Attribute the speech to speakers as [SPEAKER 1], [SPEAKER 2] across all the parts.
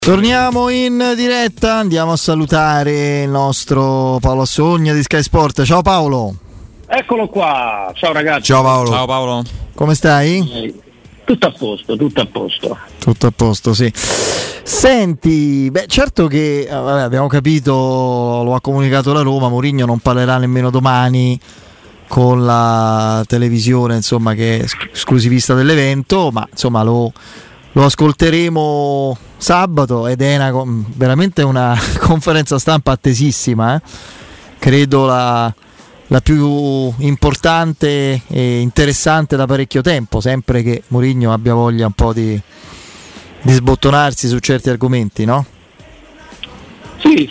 [SPEAKER 1] Torniamo in diretta, andiamo a salutare il nostro Paolo Assogna di Sky Sport. Ciao Paolo.
[SPEAKER 2] Eccolo qua, ciao ragazzi.
[SPEAKER 3] Ciao Paolo.
[SPEAKER 4] Ciao Paolo.
[SPEAKER 1] Come stai?
[SPEAKER 2] Tutto a posto, tutto a posto.
[SPEAKER 1] Tutto a posto, sì. Senti, certo che abbiamo capito, lo ha comunicato la Roma, Mourinho non parlerà nemmeno domani con la televisione, insomma, che è esclusivista dell'evento, ma insomma lo ascolteremo sabato ed è veramente una conferenza stampa attesissima, credo la più importante e interessante da parecchio tempo, sempre che Mourinho abbia voglia un po' di sbottonarsi su certi argomenti, no?
[SPEAKER 2] Sì.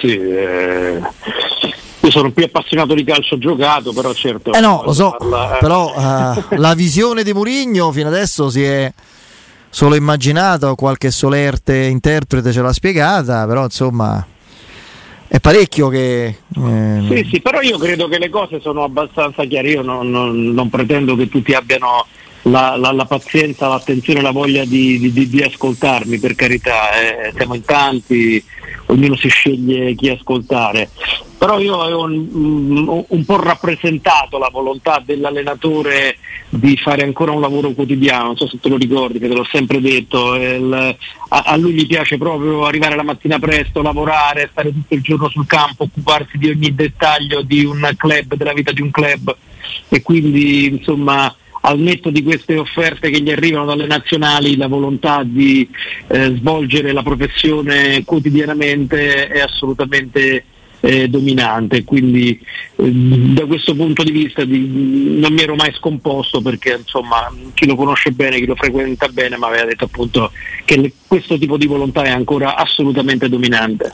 [SPEAKER 2] Io sono più appassionato di calcio giocato, però certo.
[SPEAKER 1] No, lo so, però la visione di Mourinho fino adesso si è solo immaginata, o qualche solerte interprete ce l'ha spiegata, però insomma è parecchio che
[SPEAKER 2] Sì, però io credo che le cose sono abbastanza chiare. Io non pretendo che tutti abbiano la pazienza, l'attenzione, la voglia di ascoltarmi, per carità, siamo in tanti, ognuno si sceglie chi ascoltare, però io avevo un po' rappresentato la volontà dell'allenatore di fare ancora un lavoro quotidiano. Non so se te lo ricordi, che te l'ho sempre detto, a lui gli piace proprio arrivare la mattina presto, lavorare, stare tutto il giorno sul campo, occuparsi di ogni dettaglio di un club, della vita di un club, e quindi insomma, al netto di queste offerte che gli arrivano dalle nazionali, la volontà di svolgere la professione quotidianamente è assolutamente dominante, quindi da questo punto di vista non mi ero mai scomposto, perché insomma chi lo conosce bene, chi lo frequenta bene, mi aveva detto appunto che questo tipo di volontà è ancora assolutamente dominante.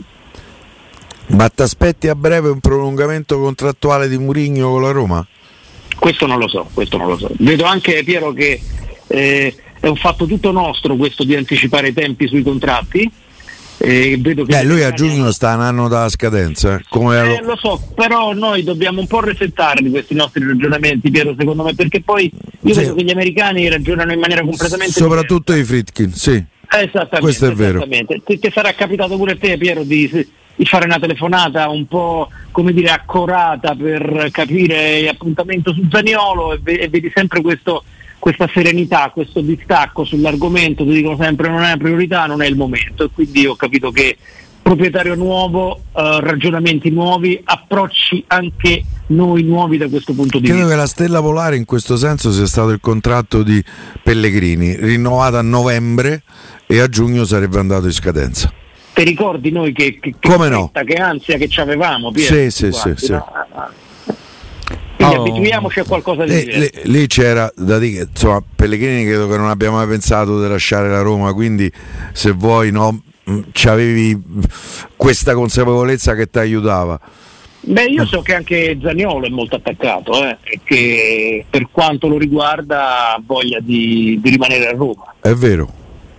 [SPEAKER 3] Ma ti aspetti a breve un prolungamento contrattuale di Mourinho con la Roma?
[SPEAKER 2] Questo non lo so. Vedo anche, Piero, che è un fatto tutto nostro questo di anticipare i tempi sui contratti. Vedo che
[SPEAKER 3] lui a giugno sta un anno dalla scadenza.
[SPEAKER 2] Lo so, però noi dobbiamo un po' resettarli questi nostri ragionamenti, Piero, secondo me, perché poi io vedo che gli americani ragionano in maniera completamente
[SPEAKER 3] soprattutto i Friedkin, sì.
[SPEAKER 2] Esattamente,
[SPEAKER 3] questo è vero.
[SPEAKER 2] Ti sarà capitato pure a te, Piero, di fare una telefonata un po', come dire, accorata per capire l'appuntamento su Zaniolo, e vedi sempre questa serenità, questo distacco sull'argomento. Ti dicono sempre non è una priorità, non è il momento, e quindi ho capito che proprietario nuovo, ragionamenti nuovi, approcci anche noi nuovi da questo punto di vista.
[SPEAKER 3] Credo che la stella polare in questo senso sia stato il contratto di Pellegrini, rinnovato a novembre e a giugno sarebbe andato in scadenza.
[SPEAKER 2] Ti ricordi noi che
[SPEAKER 3] come no?
[SPEAKER 2] Che ansia che ci avevamo, Piero?
[SPEAKER 3] Sì.
[SPEAKER 2] No? Quindi abituiamoci a qualcosa di diverso.
[SPEAKER 3] Lì c'era da dire, insomma, Pellegrini credo che non abbia mai pensato di lasciare la Roma, quindi se vuoi c'avevi questa consapevolezza che ti aiutava.
[SPEAKER 2] Io so che anche Zaniolo è molto attaccato, e che per quanto lo riguarda ha voglia di rimanere a Roma.
[SPEAKER 3] È vero.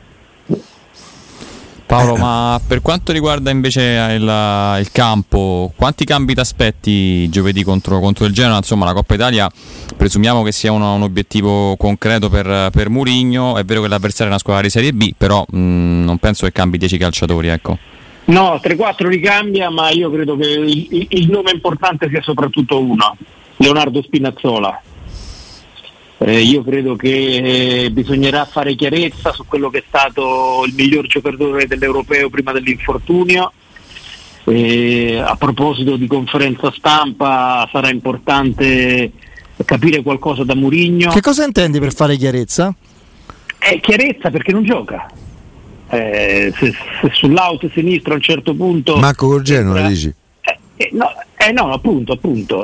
[SPEAKER 4] Paolo, ma per quanto riguarda invece il campo, quanti cambi ti aspetti giovedì contro il Genoa? Insomma, la Coppa Italia presumiamo che sia un obiettivo concreto per Mourinho. È vero che l'avversario è una squadra di Serie B, però non penso che cambi 10 calciatori, ecco.
[SPEAKER 2] No, 3-4 li cambia, ma io credo che il nome importante sia soprattutto uno, Leonardo Spinazzola. Io credo che bisognerà fare chiarezza su quello che è stato il miglior giocatore dell'Europeo prima dell'infortunio. A proposito di conferenza stampa, sarà importante capire qualcosa da Mourinho.
[SPEAKER 1] Che cosa intendi per fare chiarezza?
[SPEAKER 2] Chiarezza perché non gioca. Se sull'out sinistro a un certo punto
[SPEAKER 3] Marco col Genoa dici?
[SPEAKER 2] No, appunto.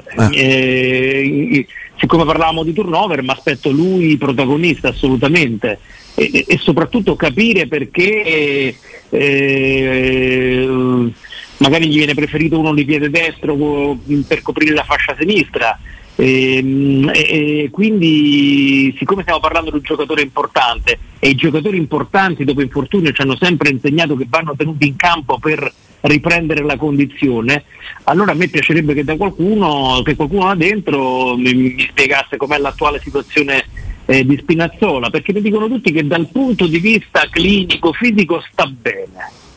[SPEAKER 2] Siccome parlavamo di turnover, mi aspetto lui protagonista assolutamente, e soprattutto capire perché magari gli viene preferito uno di piede destro per coprire la fascia sinistra. E quindi, siccome stiamo parlando di un giocatore importante, e i giocatori importanti dopo infortunio ci hanno sempre insegnato che vanno tenuti in campo per riprendere la condizione, allora a me piacerebbe che qualcuno là dentro mi spiegasse com'è l'attuale situazione di Spinazzola, perché mi dicono tutti che dal punto di vista clinico, fisico sta bene,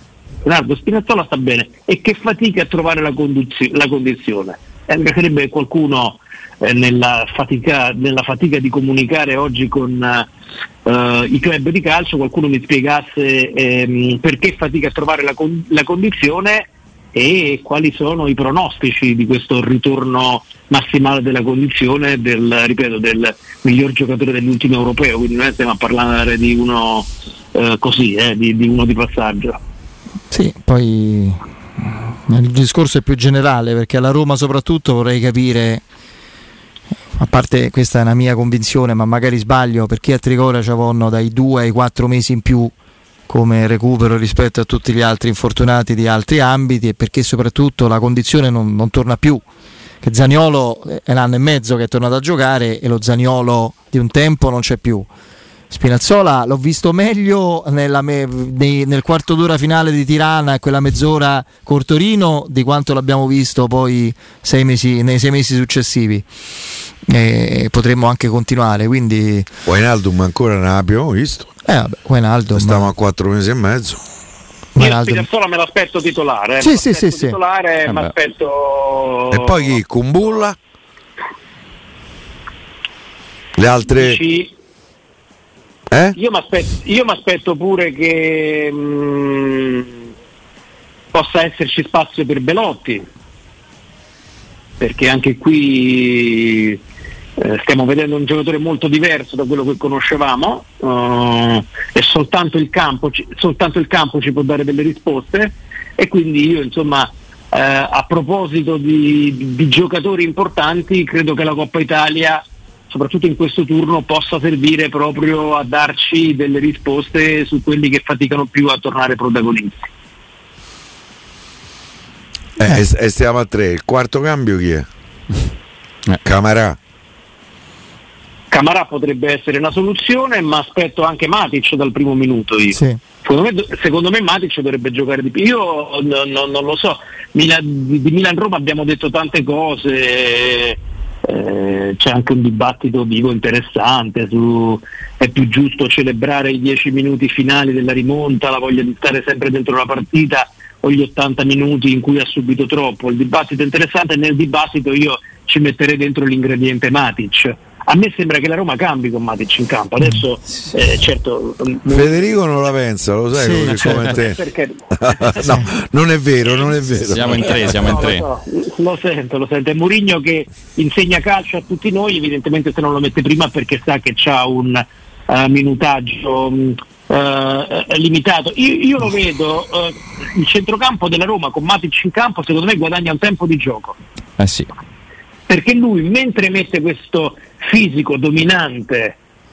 [SPEAKER 2] Leonardo Spinazzola sta bene e che fatica a trovare la condizione. Mi piacerebbe che qualcuno nella fatica di comunicare oggi con i club di calcio, qualcuno mi spiegasse perché fatica a trovare la condizione e quali sono i pronostici di questo ritorno massimale della condizione del miglior giocatore dell'ultimo europeo. Quindi noi stiamo a parlare di uno di uno di passaggio.
[SPEAKER 1] Sì, poi il discorso è più generale, perché alla Roma soprattutto vorrei capire, a parte questa è una mia convinzione ma magari sbaglio, perché a Trigoria ci vanno dai 2 ai 4 mesi in più come recupero rispetto a tutti gli altri infortunati di altri ambiti, e perché soprattutto la condizione non torna più, che Zaniolo è 1 anno e mezzo che è tornato a giocare e lo Zaniolo di un tempo non c'è più. Spinazzola l'ho visto meglio nel quarto d'ora finale di Tirana e quella mezz'ora col Torino di quanto l'abbiamo visto poi nei 6 mesi successivi, e potremmo anche continuare. Quindi
[SPEAKER 3] Wijnaldum ancora non l'abbiamo visto.
[SPEAKER 1] Wijnaldum
[SPEAKER 3] stiamo a 4 mesi e mezzo.
[SPEAKER 2] Io Spinazzola me l'aspetto titolare.
[SPEAKER 1] Sì.
[SPEAKER 2] Titolare, mi aspetto.
[SPEAKER 3] E poi chi? Kumbulla? Le altre?
[SPEAKER 2] Io mi aspetto pure che possa esserci spazio per Belotti, perché anche qui stiamo vedendo un giocatore molto diverso da quello che conoscevamo, e soltanto il campo ci può dare delle risposte, e quindi io insomma a proposito di giocatori importanti credo che la Coppa Italia, soprattutto in questo turno, possa servire proprio a darci delle risposte su quelli che faticano più a tornare protagonisti.
[SPEAKER 3] E stiamo a 3. Il quarto cambio chi è? Camarà potrebbe essere una soluzione, ma aspetto anche Matic dal primo minuto io.
[SPEAKER 1] sì.
[SPEAKER 2] Secondo me Matic dovrebbe giocare di più. Io non lo so, di Milan-Roma abbiamo detto tante cose, c'è anche un dibattito vivo interessante su è più giusto celebrare i 10 minuti finali della rimonta, la voglia di stare sempre dentro la partita, o gli 80 minuti in cui ha subito troppo. Il dibattito è interessante, e nel dibattito io ci metterei dentro l'ingrediente Matic. A me sembra che la Roma cambi con Matic in campo adesso, certo.
[SPEAKER 3] Federico non la pensa, lo sai, così come te.
[SPEAKER 2] Perché
[SPEAKER 3] no, non è vero.
[SPEAKER 4] Siamo in tre.
[SPEAKER 2] Lo sento. È Mourinho che insegna calcio a tutti noi, evidentemente se non lo mette prima perché sa che c'ha un minutaggio limitato. Io lo vedo, il centrocampo della Roma con Matic in campo secondo me guadagna un tempo di gioco.
[SPEAKER 4] Sì.
[SPEAKER 2] Perché lui, mentre mette questo fisico dominante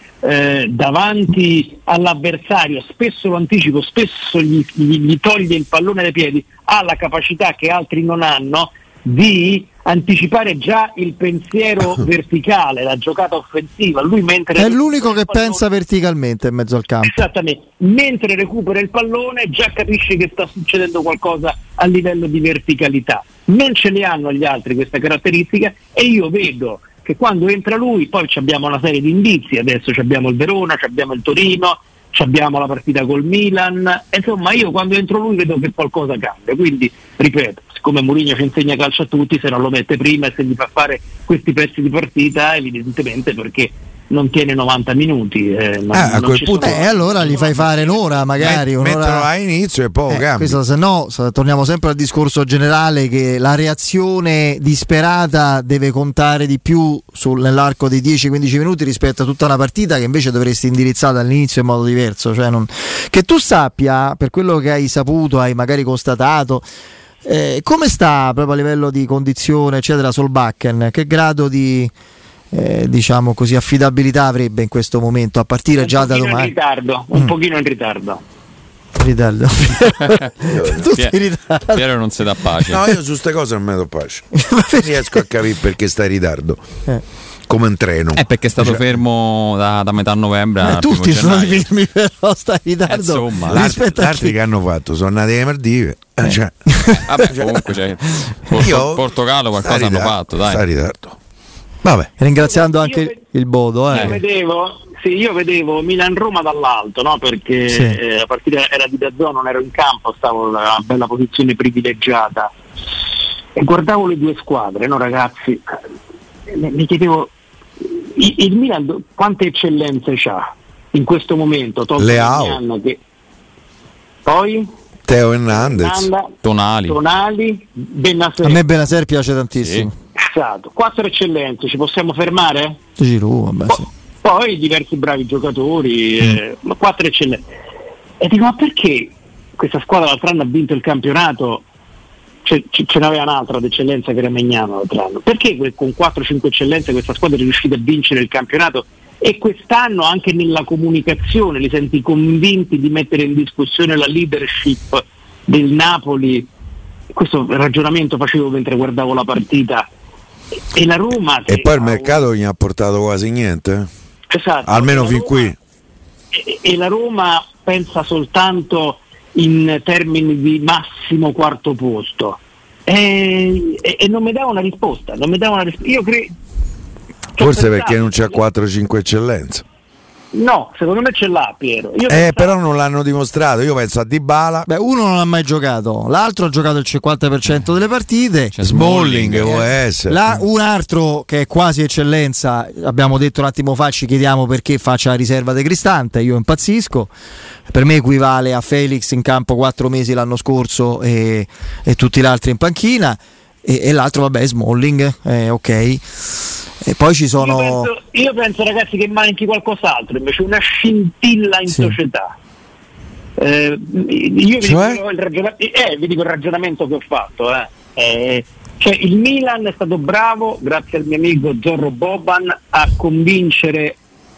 [SPEAKER 2] davanti all'avversario, spesso lo anticipo, spesso gli toglie il pallone dai piedi, ha la capacità che altri non hanno di anticipare già il pensiero verticale, la giocata offensiva. Lui mentre
[SPEAKER 1] è l'unico che pensa verticalmente in mezzo al campo.
[SPEAKER 2] Esattamente, mentre recupera il pallone già capisce che sta succedendo qualcosa a livello di verticalità. Non ce le hanno gli altri questa caratteristica, e io vedo che quando entra lui, poi abbiamo una serie di indizi, adesso abbiamo il Verona, abbiamo il Torino, abbiamo la partita col Milan, insomma io quando entro lui vedo che qualcosa cambia. Quindi ripeto, siccome Mourinho ci insegna calcio a tutti, se non lo mette prima e se gli fa fare questi pezzi di partita, evidentemente perché non tiene 90 minuti.
[SPEAKER 3] A quel punto
[SPEAKER 1] allora gli fai fare un'ora, magari
[SPEAKER 3] metterlo a inizio e poi cambia.
[SPEAKER 1] Questo, se no torniamo sempre al discorso generale che la reazione disperata deve contare di più nell'arco dei 10-15 minuti rispetto a tutta una partita che invece dovresti indirizzare all'inizio in modo diverso. Cioè che tu sappia, per quello che hai saputo, hai magari constatato, come sta proprio a livello di condizione eccetera Solbakken, che grado di diciamo così affidabilità avrebbe in questo momento a partire già da domani?
[SPEAKER 2] Un pochino in ritardo.
[SPEAKER 1] Tutti in ritardo.
[SPEAKER 4] Piero non si dà pace.
[SPEAKER 3] No, io su queste cose non mi do pace. Non riesco a capire perché sta in ritardo. Come un treno.
[SPEAKER 4] È perché è stato fermo da metà novembre.
[SPEAKER 1] Tutti sono fermi, però sta in ritardo.
[SPEAKER 3] L'altri che hanno fatto sono andati alle Maldive.
[SPEAKER 4] Vabbè, comunque Portogallo qualcosa hanno fatto, dai.
[SPEAKER 3] Sta in ritardo. Vabbè.
[SPEAKER 1] Ringraziando anche il Bodo.
[SPEAKER 2] Io vedevo, ragazzi, io vedevo Milan-Roma dall'alto, no? Perché la partita era di DAZN, non ero in campo, stavo in una bella posizione privilegiata e guardavo le due squadre, no ragazzi? Mi chiedevo, il Milan quante eccellenze c'ha in questo momento?
[SPEAKER 3] Leao,
[SPEAKER 2] che... poi
[SPEAKER 3] Teo Hernandez,
[SPEAKER 2] Tonali, Bennacer.
[SPEAKER 1] A me Bennacer piace tantissimo.
[SPEAKER 2] Sì. Esatto, 4 eccellenze, ci possiamo fermare?
[SPEAKER 1] Giroud, vabbè, sì.
[SPEAKER 2] Poi diversi bravi giocatori, 4 eccellenze. E dico, ma perché questa squadra l'altro anno ha vinto il campionato? Ce n'aveva un'altra d'eccellenza che era Magnano l'altro anno. Perché con 4-5 eccellenze questa squadra è riuscita a vincere il campionato? E quest'anno anche nella comunicazione li senti convinti di mettere in discussione la leadership del Napoli. Questo ragionamento facevo mentre guardavo la partita. E la Roma,
[SPEAKER 3] e poi il mercato gli ha portato quasi niente,
[SPEAKER 2] esatto,
[SPEAKER 3] almeno fin qui.
[SPEAKER 2] E la Roma pensa soltanto in termini di massimo quarto posto e non mi dà una risposta, io credo,
[SPEAKER 3] forse perché non c'è 4-5 eccellenze.
[SPEAKER 2] No, secondo me ce l'ha Piero.
[SPEAKER 3] Però non l'hanno dimostrato. Io penso a Dybala.
[SPEAKER 1] Beh, uno non ha mai giocato, l'altro ha giocato il 50% delle partite.
[SPEAKER 3] C'è Smalling può essere.
[SPEAKER 1] Un altro che è quasi eccellenza, abbiamo detto un attimo fa, ci chiediamo perché faccia la riserva di Cristante. Io impazzisco. Per me equivale a Felix in campo 4 mesi l'anno scorso e tutti gli altri in panchina. E l'altro, vabbè, è Smalling, ok. E poi ci sono.
[SPEAKER 2] Io penso ragazzi che manchi qualcos'altro, invece una scintilla in società. Io vi dico il ragionamento che ho fatto. Cioè il Milan è stato bravo, grazie al mio amico Zorro Boban, a convincere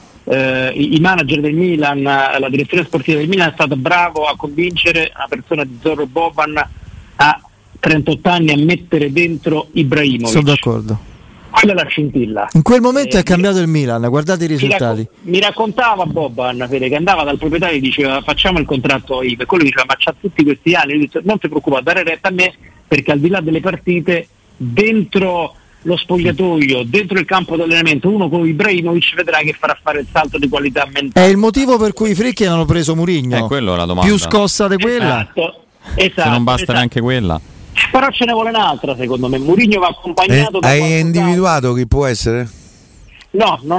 [SPEAKER 2] i manager del Milan, la direzione sportiva del Milan è stato bravo a convincere una persona di Zorro Boban a 38 anni a mettere dentro Ibrahimovic.
[SPEAKER 1] Sono d'accordo.
[SPEAKER 2] Quella è la scintilla.
[SPEAKER 1] In quel momento è cambiato il Milan, guardate i risultati.
[SPEAKER 2] Mi raccontava Boban, Fede, che andava dal proprietario e diceva facciamo il contratto IVA, e quello diceva ma c'ha tutti questi anni, io dicevo, non ti preoccupare, dare retta a me, perché al di là delle partite, dentro lo spogliatoio, dentro il campo d'allenamento, uno con Ibrahimovic vedrà che farà fare il salto di qualità mentale.
[SPEAKER 1] È il motivo per cui i Fricchi hanno preso Mourinho.
[SPEAKER 4] Quello è la domanda.
[SPEAKER 1] Più scossa di quella.
[SPEAKER 2] Esatto,
[SPEAKER 4] se non basta neanche quella.
[SPEAKER 2] Però ce ne vuole un'altra, secondo me. Mourinho va accompagnato da.
[SPEAKER 3] Hai individuato chi può essere?
[SPEAKER 2] No, non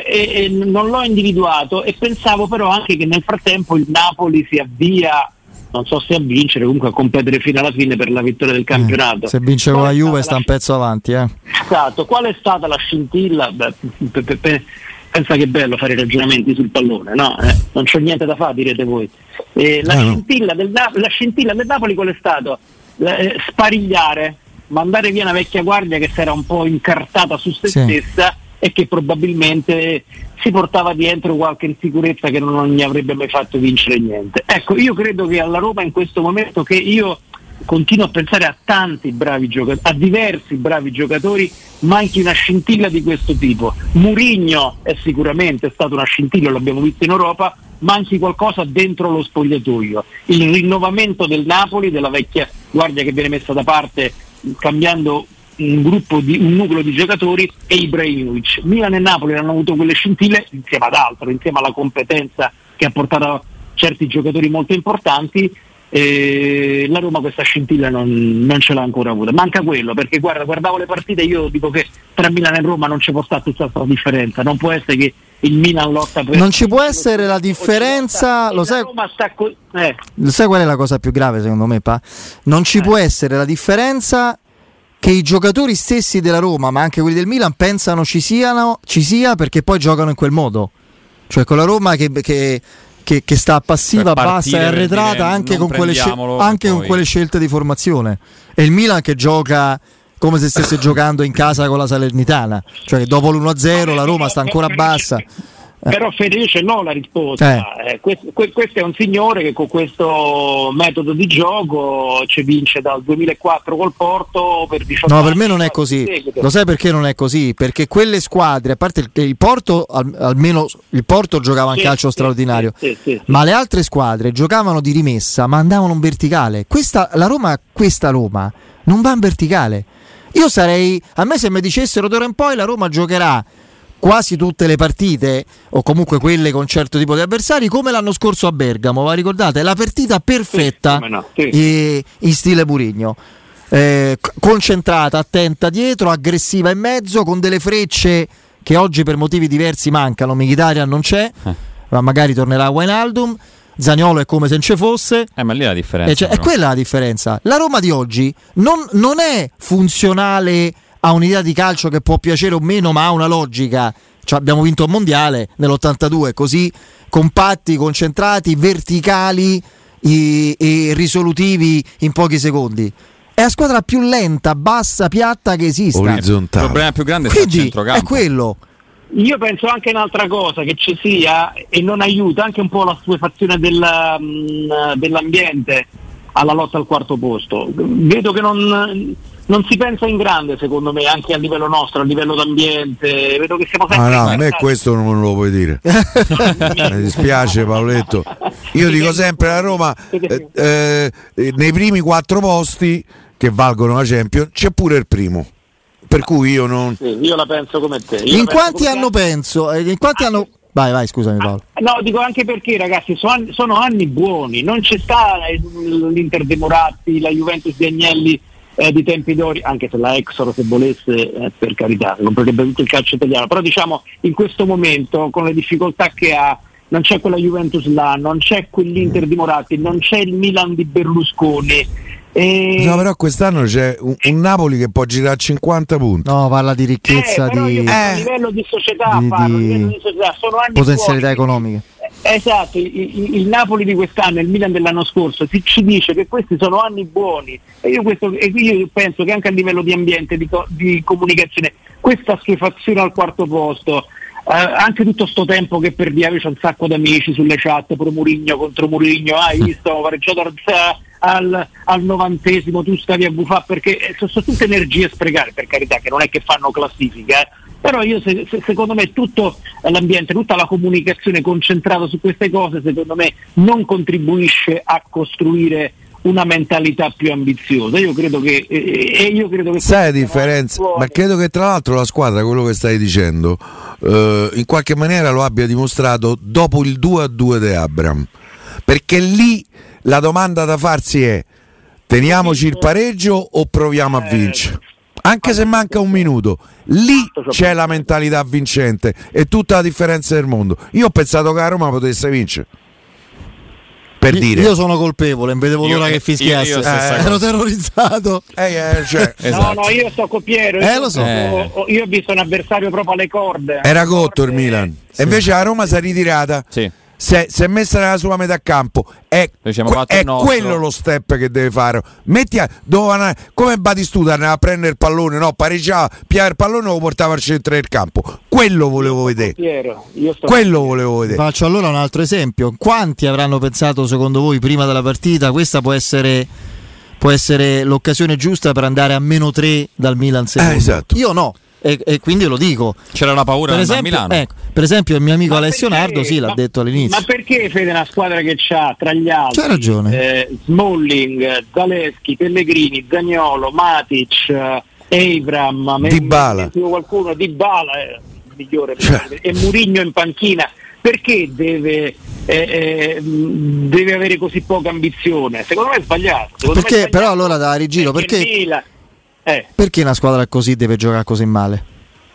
[SPEAKER 2] l'ho individuato e pensavo però anche che nel frattempo il Napoli si avvia, non so se a vincere, comunque a competere fino alla fine per la vittoria del campionato.
[SPEAKER 1] Se vince con la Juve sta un pezzo avanti.
[SPEAKER 2] Esatto, qual è stata la scintilla? Pensa che è bello fare i ragionamenti sul pallone, no? Non c'è niente da fare, direte voi. La scintilla del Napoli qual è stato? Sparigliare, mandare via una vecchia guardia che si era un po' incartata su se stessa e che probabilmente si portava dietro qualche insicurezza che non gli avrebbe mai fatto vincere niente. Ecco, io credo che alla Roma in questo momento, che io continuo a pensare a tanti bravi giocatori, a diversi bravi giocatori, manchi una scintilla di questo tipo. Mourinho è sicuramente stato una scintilla, l'abbiamo visto in Europa, manchi qualcosa dentro lo spogliatoio, il rinnovamento del Napoli, della vecchia guardia che viene messa da parte cambiando un nucleo di giocatori, e Ibrahimovic. Milan e Napoli hanno avuto quelle scintille insieme ad altro, insieme alla competenza che ha portato a certi giocatori molto importanti. La Roma questa scintilla non ce l'ha ancora avuta, manca quello, perché guardavo le partite, io dico che tra Milan e Roma non ci può stare tutta questa differenza, non può essere che il Milan lotta per...
[SPEAKER 1] Non ci può essere la differenza, lo sai qual è la cosa più grave secondo me, Pa? Non ci può essere la differenza che i giocatori stessi della Roma, ma anche quelli del Milan, pensano ci sia perché poi giocano in quel modo, cioè con la Roma che sta passiva, bassa e arretrata anche con quelle scelte di formazione, e il Milan che gioca come se stesse giocando in casa con la Salernitana, cioè che dopo l'1-0 la Roma sta ancora bassa.
[SPEAKER 2] Però Federico no la risposta. Questo è un signore che con questo metodo di gioco ci vince dal 2004 col Porto per 18 anni.
[SPEAKER 1] No, per me non è così. Lo sai perché non è così? Perché quelle squadre, a parte il Porto, almeno il Porto giocava un calcio straordinario, ma le altre squadre giocavano di rimessa, ma andavano in verticale. Questa Roma non va in verticale. Io sarei, a me se mi dicessero d'ora in poi la Roma giocherà quasi tutte le partite, o comunque quelle con certo tipo di avversari, come l'anno scorso a Bergamo, vi ricordate? La partita perfetta in stile Mourinho. Concentrata, attenta dietro, aggressiva in mezzo, con delle frecce che oggi per motivi diversi mancano. Mkhitaryan non c'è, ma magari tornerà Wijnaldum. Zaniolo è come se non ci fosse,
[SPEAKER 4] ma lì è la differenza.
[SPEAKER 1] È quella la differenza. La Roma di oggi non è funzionale a un'idea di calcio che può piacere o meno, ma ha una logica. Cioè, abbiamo vinto un mondiale nell'82, così compatti, concentrati, verticali e risolutivi in pochi secondi. È la squadra più lenta, bassa, piatta che esista.
[SPEAKER 3] Orizzontale.
[SPEAKER 4] Il problema più grande è il centrocampo.
[SPEAKER 1] È quello.
[SPEAKER 2] Io penso anche un'altra cosa che ci sia, e non aiuta anche un po' la stupefazione dell'ambiente alla lotta al quarto posto. Vedo che non si pensa in grande, secondo me, anche a livello nostro, a livello d'ambiente. Vedo che siamo sempre
[SPEAKER 3] a me questo non lo puoi dire. Mi dispiace, Paoletto. Io dico sempre la Roma nei primi 4 posti che valgono la Champions c'è pure il primo. Per cui io non.
[SPEAKER 2] Sì, io la penso come te.
[SPEAKER 1] In quanti hanno Vai, scusami Paolo.
[SPEAKER 2] No, dico anche perché, ragazzi, sono anni buoni, non c'è sta l'Inter dei Moratti, la Juventus di Agnelli di tempi d'ori, anche se la Exor, se volesse, per carità, comprerebbe tutto il calcio italiano, però diciamo in questo momento, con le difficoltà che ha, non c'è quella Juventus là, non c'è quell'Inter di Moratti, non c'è il Milan di Berlusconi.
[SPEAKER 3] No, però quest'anno c'è un Napoli che può girare a 50 punti.
[SPEAKER 1] No, parla di ricchezza,
[SPEAKER 2] a livello di società, sono anni
[SPEAKER 1] potenzialità economiche.
[SPEAKER 2] Esatto, il Napoli di quest'anno e il Milan dell'anno scorso ci dice che questi sono anni buoni, e io penso che anche a livello di ambiente, di comunicazione, questa assuefazione al quarto posto, anche tutto sto tempo che per via, c'è un sacco di amici sulle chat pro Mourinho contro Mourinho, hai visto, pareggiato al 90esimo, tu stavi a buffare, perché sono tutte energie sprecate, per carità, che non è che fanno classifica, però io secondo me tutto l'ambiente, tutta la comunicazione concentrata su queste cose, secondo me non contribuisce a costruire una mentalità più ambiziosa. Io credo che
[SPEAKER 3] sai la differenza, ma credo che tra l'altro la squadra, quello che stai dicendo, in qualche maniera lo abbia dimostrato dopo il 2-2 di Abraham, perché lì la domanda da farsi è: teniamoci il pareggio o proviamo a vincere? Anche se manca un minuto, lì c'è la mentalità vincente e tutta la differenza del mondo. Io ho pensato che la Roma potesse vincere. Per dire.
[SPEAKER 1] Io sono colpevole, non vedevo l'ora che fischiasse. Ero terrorizzato.
[SPEAKER 2] Esatto. No, io sto con Piero.
[SPEAKER 1] Lo so.
[SPEAKER 2] Io ho visto un avversario proprio alle corde.
[SPEAKER 3] Era cotto il Milan. Sì. E invece la Roma si è ritirata.
[SPEAKER 4] Sì.
[SPEAKER 3] Si è messa nella sua metà campo, è quello lo step che deve fare. Come Batistuta andava a prendere il pallone, no, pareggiava, pigliava il pallone e lo portava al centro del campo. Quello volevo vedere. Volevo vedere.
[SPEAKER 1] Faccio allora un altro esempio. Quanti avranno pensato, secondo voi, prima della partita, questa può essere l'occasione giusta per andare a -3 dal Milan secondo?
[SPEAKER 3] Esatto.
[SPEAKER 1] Io no. E quindi lo dico.
[SPEAKER 4] C'era la paura a Milano.
[SPEAKER 1] Per esempio il mio amico Alessio Nardo l'ha detto all'inizio.
[SPEAKER 2] Ma perché Fede è una squadra che c'ha tra gli altri
[SPEAKER 1] c'ha ragione.
[SPEAKER 2] Smalling, Zaleschi, Pellegrini, Zaniolo, Matic, Abraham,
[SPEAKER 3] Dybala,
[SPEAKER 2] qualcuno, Dybala migliore, e Mourinho in panchina. Perché deve avere così poca ambizione? Secondo me è sbagliato.
[SPEAKER 1] Perché però allora da rigiro, perché una squadra così deve giocare così male?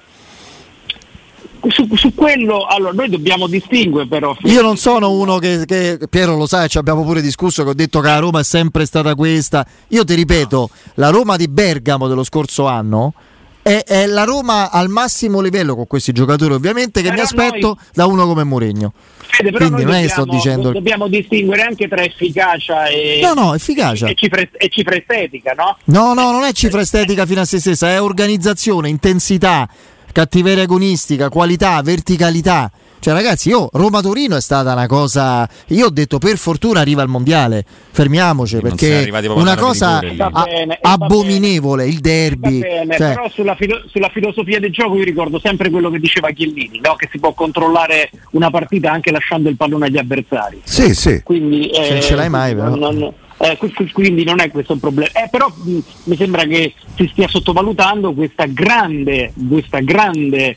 [SPEAKER 2] Su quello, allora noi dobbiamo distinguere, però.
[SPEAKER 1] Io non sono uno che Piero lo sa, ci abbiamo pure discusso, che ho detto che la Roma è sempre stata questa. Io ti ripeto, la Roma di Bergamo dello scorso anno è la Roma al massimo livello, con questi giocatori ovviamente, che mi aspetto da uno come Mourinho.
[SPEAKER 2] Fede, però quindi non è che sto dicendo, dobbiamo distinguere anche tra efficacia e
[SPEAKER 1] efficacia
[SPEAKER 2] e cifra estetica, no?
[SPEAKER 1] No, non è cifra estetica fino a se stessa, è organizzazione, intensità, cattiveria agonistica, qualità, verticalità. Cioè ragazzi, Roma-Torino è stata una cosa, io ho detto per fortuna arriva al mondiale, fermiamoci, perché una cosa abominevole, il derby.
[SPEAKER 2] Però sulla filosofia del gioco io ricordo sempre quello che diceva Chiellini, no? Che si può controllare una partita anche lasciando il pallone agli avversari.
[SPEAKER 3] Sì.
[SPEAKER 2] Quindi
[SPEAKER 1] se non ce l'hai mai però.
[SPEAKER 2] Quindi non è questo un problema. Però mi sembra che si stia sottovalutando questa grande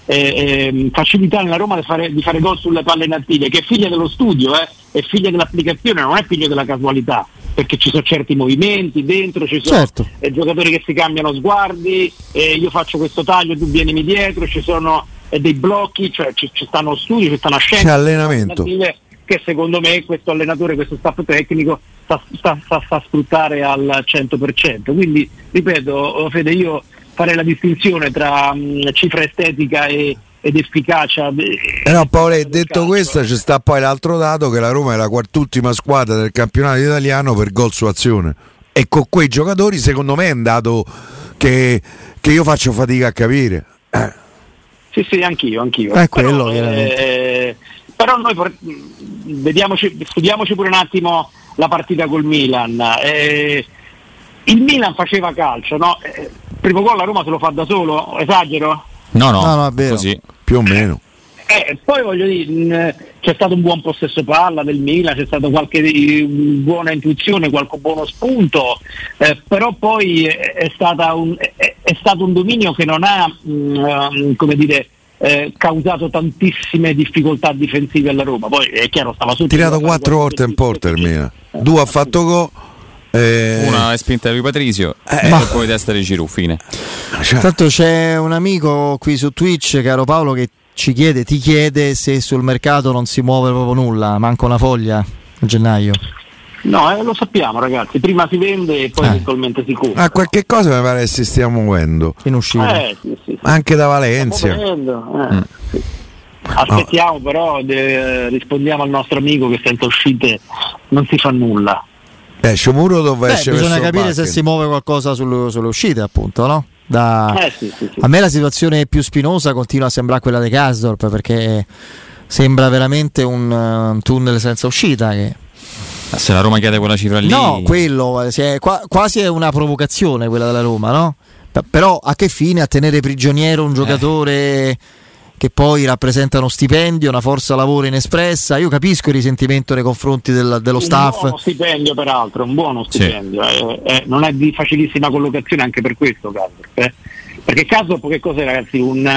[SPEAKER 2] facilità nella Roma di fare gol sulle palle inattive, che è figlia dello studio, è figlia dell'applicazione, non è figlia della casualità, perché ci sono certi movimenti dentro, ci sono giocatori che si cambiano sguardi, io faccio questo taglio, tu vienimi dietro, ci sono dei blocchi, cioè ci stanno studi, ci stanno scelte,
[SPEAKER 3] c'è allenamento
[SPEAKER 2] che secondo me questo allenatore, questo staff tecnico sta a sfruttare al 100%. Quindi ripeto, Fede, io farei la distinzione tra cifra estetica ed efficacia.
[SPEAKER 3] No, Paolo, detto questo, ci sta poi l'altro dato che la Roma è la quart'ultima squadra del campionato italiano per gol su azione, e con quei giocatori secondo me è un dato che io faccio fatica a capire.
[SPEAKER 2] Sì, anch'io.
[SPEAKER 1] Quello
[SPEAKER 2] però noi studiamoci pure un attimo la partita col Milan. Il Milan faceva calcio, no? Primo gol la Roma se lo fa da solo, esagero?
[SPEAKER 4] No,
[SPEAKER 1] è vero.
[SPEAKER 4] Così.
[SPEAKER 3] Più o meno.
[SPEAKER 2] Poi voglio dire, c'è stato un buon possesso palla del Milan, c'è stata qualche buona intuizione, qualche buono spunto, però poi è stato un dominio che non ha causato tantissime difficoltà difensive alla Roma. Poi è chiaro, stava sotto,
[SPEAKER 3] tirato 4 volte in porta il Milan, 2 ha fatto gol,
[SPEAKER 4] una è spinta di Patrizio e poi testa di Giroud, fine.
[SPEAKER 1] Tanto c'è un amico qui su Twitch, caro Paolo, che ti chiede se sul mercato non si muove proprio nulla, manca una foglia a gennaio.
[SPEAKER 2] No, lo sappiamo ragazzi, prima si vende e poi eventualmente si compra.
[SPEAKER 3] Qualche cosa mi pare si stia muovendo
[SPEAKER 1] in uscita,
[SPEAKER 2] sì.
[SPEAKER 3] Anche da Valencia.
[SPEAKER 2] Sì. Aspettiamo, però rispondiamo al nostro amico che senza uscite non si fa nulla.
[SPEAKER 3] Sciomuro dove esce,
[SPEAKER 1] bisogna capire se si muove qualcosa sulle uscite, appunto, no?
[SPEAKER 2] Sì.
[SPEAKER 1] A me la situazione più spinosa continua a sembrare quella di Karsdorp, perché sembra veramente un tunnel senza uscita.
[SPEAKER 4] Se la Roma chiede quella cifra lì,
[SPEAKER 1] no, quello quasi è una provocazione quella della Roma, no? Però a che fine? A tenere prigioniero un giocatore che poi rappresenta uno stipendio, una forza lavoro inespressa? Io capisco il risentimento nei confronti dello staff.
[SPEAKER 2] Un buono stipendio, peraltro, un buono stipendio. Sì. Non è di facilissima collocazione anche per questo, Karsdorp. Perché Karsdorp che cos'è, ragazzi?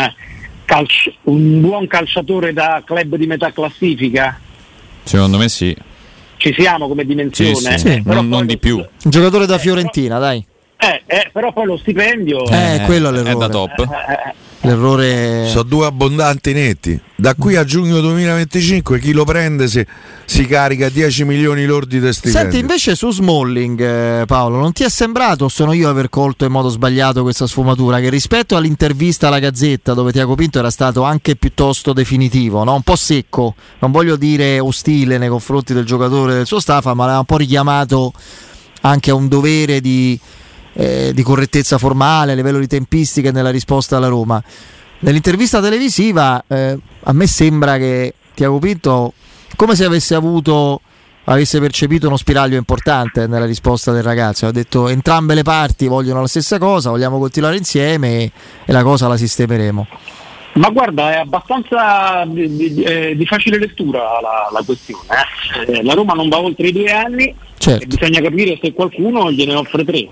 [SPEAKER 2] Un buon calciatore da club di metà classifica?
[SPEAKER 4] Secondo me sì.
[SPEAKER 2] Ci siamo come dimensione?
[SPEAKER 4] Sì. Però non di più.
[SPEAKER 1] Un giocatore da Fiorentina, dai.
[SPEAKER 2] Però poi lo stipendio
[SPEAKER 1] quello è l'errore.
[SPEAKER 4] È da top.
[SPEAKER 1] L'errore.
[SPEAKER 3] Sono 2 abbondanti netti. Da qui a giugno 2025 chi lo prende si carica 10 milioni lordi di stipendio.
[SPEAKER 1] Senti, invece su Smalling, Paolo, non ti è sembrato, o sono io aver colto in modo sbagliato questa sfumatura, che rispetto all'intervista alla Gazzetta dove Tiago Pinto era stato anche piuttosto definitivo, no? Un po' secco, non voglio dire ostile nei confronti del giocatore e del suo staff, ma l'ha un po' richiamato anche a un dovere di correttezza formale, a livello di tempistica nella risposta alla Roma. Nell'intervista televisiva a me sembra che Tiago Pinto, come se avesse percepito uno spiraglio importante nella risposta del ragazzo. Ha detto entrambe le parti vogliono la stessa cosa, vogliamo continuare insieme e la cosa la sistemeremo.
[SPEAKER 2] Ma guarda, è abbastanza di facile lettura la questione. La Roma non va oltre i 2 anni,
[SPEAKER 1] certo.
[SPEAKER 2] E bisogna capire se qualcuno gliene offre 3.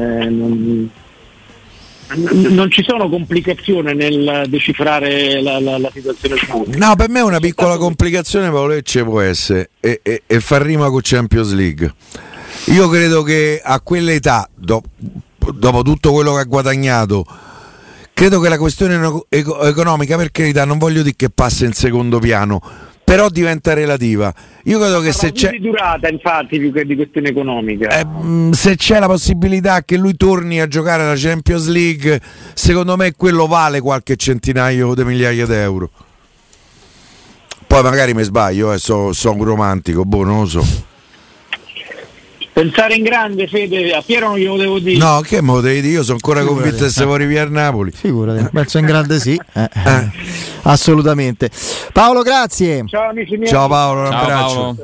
[SPEAKER 2] Non ci sono complicazioni nel decifrare la situazione.
[SPEAKER 3] No, per me è una piccola complicazione, Paolo, ci può essere e far rima con Champions League. Io credo che a quell'età, dopo tutto quello che ha guadagnato, credo che la questione economica, per carità, non voglio dire che passa in secondo piano, però diventa relativa. Io credo che se c'è
[SPEAKER 2] di durata, infatti, più che di questione economica,
[SPEAKER 3] se c'è la possibilità che lui torni a giocare la Champions League, secondo me quello vale qualche centinaio di migliaia di euro. Poi magari mi sbaglio, sono un romantico, non lo so.
[SPEAKER 2] Pensare in grande, Fede, a Piero non glielo devo dire.
[SPEAKER 3] No, che me lo devi dire? Io sono ancora convinto che se vuoi via a Napoli.
[SPEAKER 1] Figurati, penso in grande sì. Assolutamente. Paolo, grazie.
[SPEAKER 2] Ciao amici miei.
[SPEAKER 3] Ciao Paolo, un
[SPEAKER 4] Ciao,
[SPEAKER 3] abbraccio.
[SPEAKER 4] Paolo.